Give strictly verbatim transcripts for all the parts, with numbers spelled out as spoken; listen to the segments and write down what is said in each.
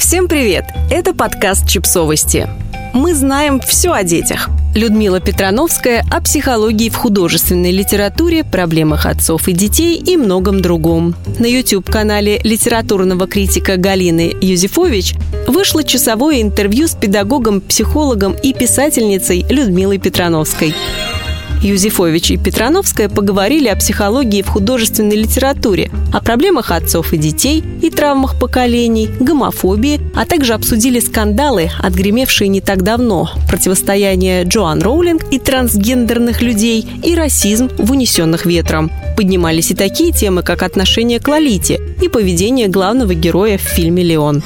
Всем привет! Это подкаст «Чипсовости». Мы знаем все о детях. Людмила Петрановская о психологии в художественной литературе, проблемах отцов и детей и многом другом. На YouTube-канале литературного критика Галины Юзефович вышло часовое интервью с педагогом, психологом и писательницей Людмилой Петрановской. Юзефович и Петрановская поговорили о психологии в художественной литературе, о проблемах отцов и детей и травмах поколений, гомофобии, а также обсудили скандалы, отгремевшие не так давно, противостояние Джоан Роулинг и трансгендерных людей и расизм в «Унесенных ветром». Поднимались и такие темы, как отношение к Лолите и поведение главного героя в фильме «Леон».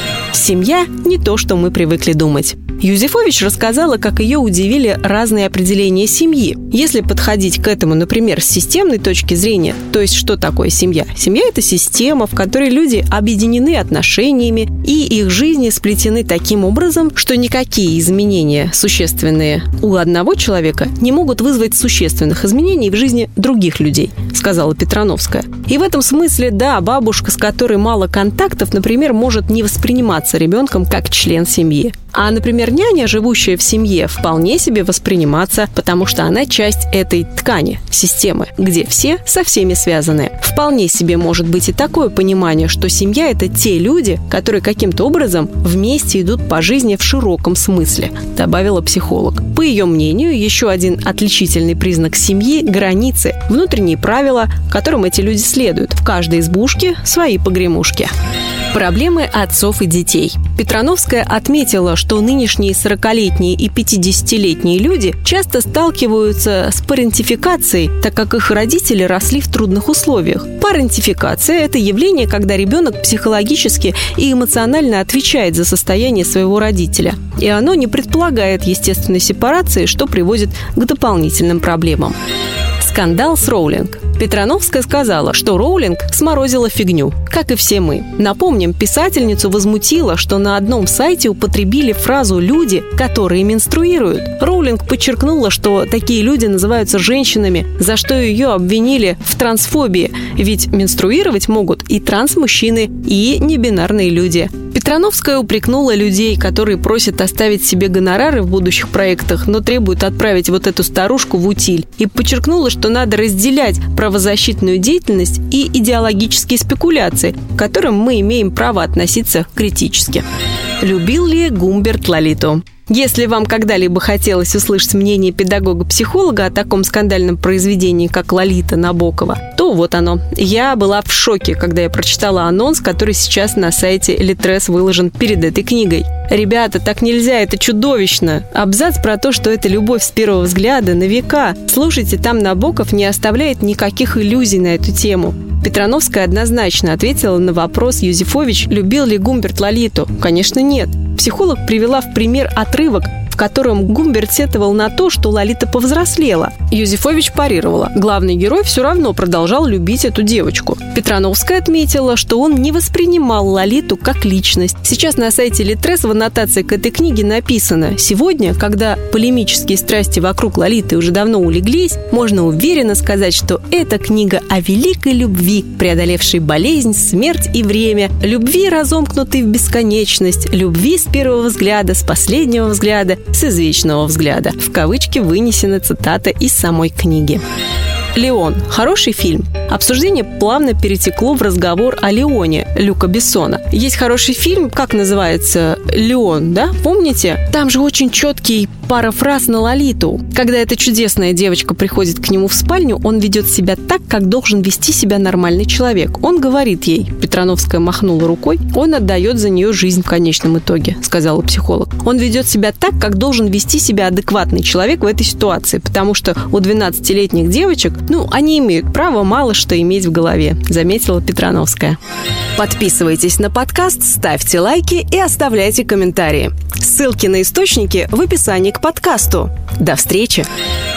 Семья – не то, что мы привыкли думать. Юзефович рассказала, как ее удивили разные определения семьи. Если подходить к этому, например, с системной точки зрения, то есть что такое семья? Семья – это система, в которой люди объединены отношениями, и их жизни сплетены таким образом, что никакие изменения существенные у одного человека не могут вызвать существенных изменений в жизни других людей, сказала Петрановская. И в этом смысле, да, бабушка, с которой мало контактов, например, может не восприниматься ребенком как член семьи. А, например, няня, живущая в семье, вполне себе восприниматься, потому что она часть этой ткани, системы, где все со всеми связаны. Вполне себе может быть и такое понимание, что семья – это те люди, которые каким-то образом вместе идут по жизни в широком смысле, добавила психолог. По ее мнению, еще один отличительный признак семьи – границы, внутренние правила, которым эти люди следуют. В каждой избушке свои погремушки. Проблемы отцов и детей. Петрановская отметила, что нынешние сорокалетние и пятидесятилетние люди часто сталкиваются с парентификацией, так как их родители росли в трудных условиях. Парентификация – это явление, когда ребенок психологически и эмоционально отвечает за состояние своего родителя. И оно не предполагает естественной сепарации, что приводит к дополнительным проблемам. Скандал с Роулинг. Петрановская сказала, что Роулинг сморозила фигню, как и все мы. Напомним, писательницу возмутило, что на одном сайте употребили фразу «люди, которые менструируют». Роулинг подчеркнула, что такие люди называются женщинами, за что ее обвинили в трансфобии, ведь менструировать могут и трансмужчины, и небинарные люди. Петрановская упрекнула людей, которые просят оставить себе гонорары в будущих проектах, но требуют отправить вот эту старушку в утиль, и подчеркнула, что надо разделять правозащитную деятельность и идеологические спекуляции, к которым мы имеем право относиться критически. Любил ли Гумберт Лолиту? Если вам когда-либо хотелось услышать мнение педагога-психолога о таком скандальном произведении, как «Лолита» Набокова, то вот оно. Я была в шоке, когда я прочитала анонс, который сейчас на сайте Литрес выложен перед этой книгой. Ребята, так нельзя, это чудовищно. Абзац про то, что это любовь с первого взгляда на века. Слушайте, там Набоков не оставляет никаких иллюзий на эту тему. Петрановская однозначно ответила на вопрос Юзефович, любил ли Гумберт Лолиту. Конечно, нет. Психолог привела в пример отрывок, в котором Гумберт сетовал на то, что Лолита повзрослела. Юзефович парировала. Главный герой все равно продолжал любить эту девочку. Петрановская отметила, что он не воспринимал Лолиту как личность. Сейчас на сайте Литрес в аннотации к этой книге написано: «Сегодня, когда полемические страсти вокруг Лолиты уже давно улеглись, можно уверенно сказать, что это книга о великой любви, преодолевшей болезнь, смерть и время, любви, разомкнутой в бесконечность, любви с первого взгляда, с последнего взгляда, с извечного взгляда». В кавычки вынесена цитата из самой книги. «Леон» – хороший фильм. Обсуждение плавно перетекло в разговор о «Леоне» Люка Бессона. Есть хороший фильм, как называется? «Леон», да? Помните? Там же очень четкий пара фраз на Лолиту. Когда эта чудесная девочка приходит к нему в спальню, он ведет себя так, как должен вести себя нормальный человек. Он говорит ей, Петрановская махнула рукой, он отдает за нее жизнь в конечном итоге, сказала психолог. Он ведет себя так, как должен вести себя адекватный человек в этой ситуации, потому что у двенадцатилетних девочек, ну, они имеют право мало что иметь в голове, заметила Петрановская. Подписывайтесь на подкаст, ставьте лайки и оставляйте комментарии. Ссылки на источники в описании к подкасту. До встречи!